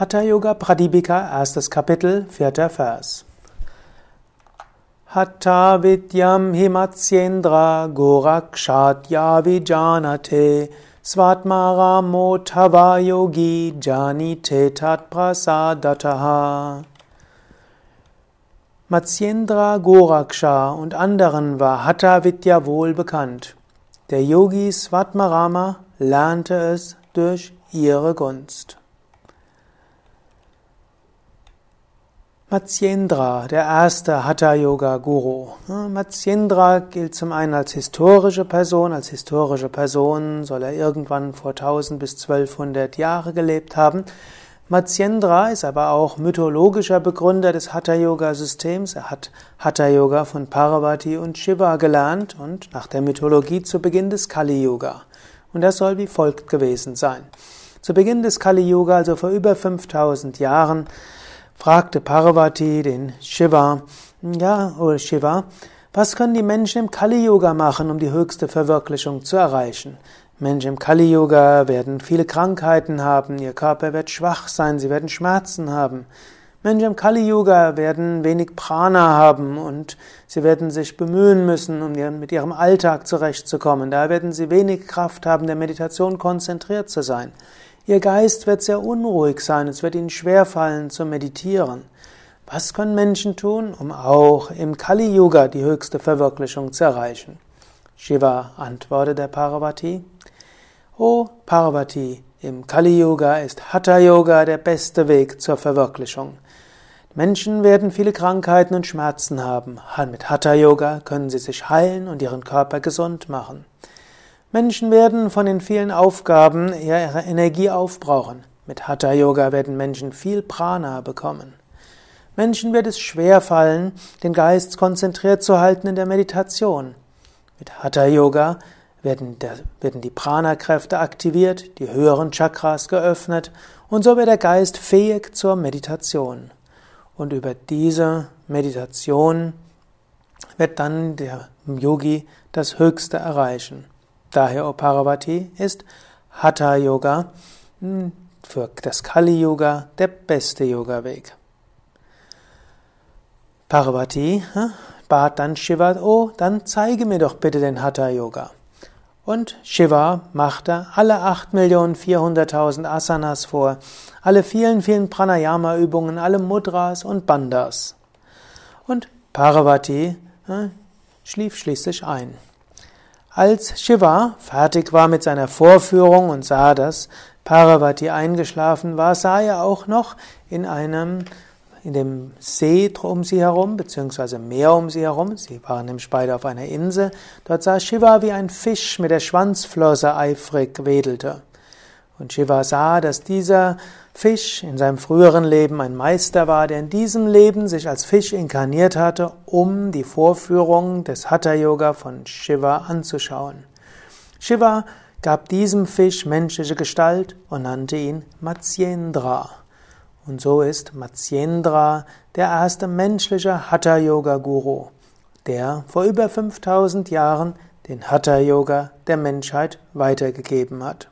Hatha Yoga Pradipika, erstes Kapitel, 4. Vers. Hatha vidyam himatsyendra gorakshadya vijanate svatmaramo tava yogi janite tat prasadataha. Matsyendra Goraksha und anderen war Hatha Vidya wohl bekannt. Der Yogi Svatmarama lernte es durch ihre Gunst. Matsyendra, der erste Hatha-Yoga-Guru. Matsyendra gilt zum einen als historische Person. Als historische Person soll er irgendwann vor 1000 bis 1200 Jahre gelebt haben. Matsyendra ist aber auch mythologischer Begründer des Hatha-Yoga-Systems. Er hat Hatha-Yoga von Parvati und Shiva gelernt und nach der Mythologie zu Beginn des Kali-Yoga. Und das soll wie folgt gewesen sein. Zu Beginn des Kali-Yoga, also vor über 5000 Jahren, fragte Parvati den Shiva, Shiva, was können die Menschen im Kali-Yoga machen, um die höchste Verwirklichung zu erreichen? Menschen im Kali-Yoga werden viele Krankheiten haben, ihr Körper wird schwach sein, sie werden Schmerzen haben. Menschen im Kali-Yoga werden wenig Prana haben und sie werden sich bemühen müssen, um mit ihrem Alltag zurechtzukommen. Da werden sie wenig Kraft haben, der Meditation konzentriert zu sein. Ihr Geist wird sehr unruhig sein, es wird ihnen schwerfallen zu meditieren. Was können Menschen tun, um auch im Kali-Yoga die höchste Verwirklichung zu erreichen? Shiva antwortete Parvati, O Parvati, im Kali-Yoga ist Hatha-Yoga der beste Weg zur Verwirklichung. Menschen werden viele Krankheiten und Schmerzen haben. Mit Hatha-Yoga können sie sich heilen und ihren Körper gesund machen. Menschen werden von den vielen Aufgaben ihre Energie aufbrauchen. Mit Hatha-Yoga werden Menschen viel Prana bekommen. Menschen wird es schwerfallen, den Geist konzentriert zu halten in der Meditation. Mit Hatha-Yoga werden die Prana-Kräfte aktiviert, die höheren Chakras geöffnet und so wird der Geist fähig zur Meditation. Und über diese Meditation wird dann der Yogi das Höchste erreichen. Daher, O Parvati, ist Hatha-Yoga für das Kali-Yoga der beste Yoga-Weg. Parvati bat dann Shiva, dann zeige mir doch bitte den Hatha-Yoga. Und Shiva machte alle 8.400.000 Asanas vor, alle vielen, vielen Pranayama-Übungen, alle Mudras und Bandhas. Und Parvati schlief schließlich ein. Als Shiva fertig war mit seiner Vorführung und sah, dass Parvati eingeschlafen war, sah er auch noch in dem See um sie herum, beziehungsweise Meer um sie herum, sie waren nämlich beide auf einer Insel, dort sah Shiva, wie ein Fisch mit der Schwanzflosse eifrig wedelte. Und Shiva sah, dass dieser Fisch in seinem früheren Leben ein Meister war, der in diesem Leben sich als Fisch inkarniert hatte, um die Vorführung des Hatha-Yoga von Shiva anzuschauen. Shiva gab diesem Fisch menschliche Gestalt und nannte ihn Matsyendra. Und so ist Matsyendra der erste menschliche Hatha-Yoga-Guru, der vor über 5000 Jahren den Hatha-Yoga der Menschheit weitergegeben hat.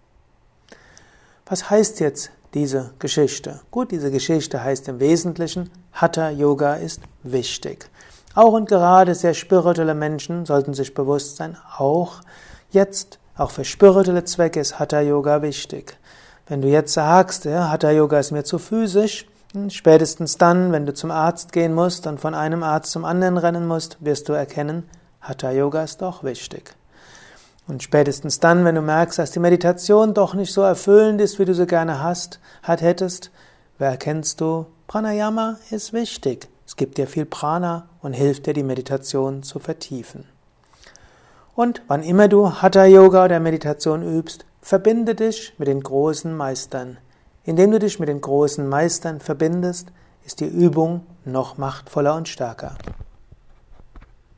Was heißt jetzt diese Geschichte? Gut, diese Geschichte heißt im Wesentlichen, Hatha-Yoga ist wichtig. Auch und gerade sehr spirituelle Menschen sollten sich bewusst sein, auch für spirituelle Zwecke ist Hatha-Yoga wichtig. Wenn du jetzt sagst, Hatha-Yoga ist mir zu physisch, spätestens dann, wenn du zum Arzt gehen musst und von einem Arzt zum anderen rennen musst, wirst du erkennen, Hatha-Yoga ist doch wichtig. Und spätestens dann, wenn du merkst, dass die Meditation doch nicht so erfüllend ist, wie du sie gerne hättest, erkennst du, Pranayama ist wichtig. Es gibt dir viel Prana und hilft dir, die Meditation zu vertiefen. Und wann immer du Hatha-Yoga oder Meditation übst, verbinde dich mit den großen Meistern. Indem du dich mit den großen Meistern verbindest, ist die Übung noch machtvoller und stärker.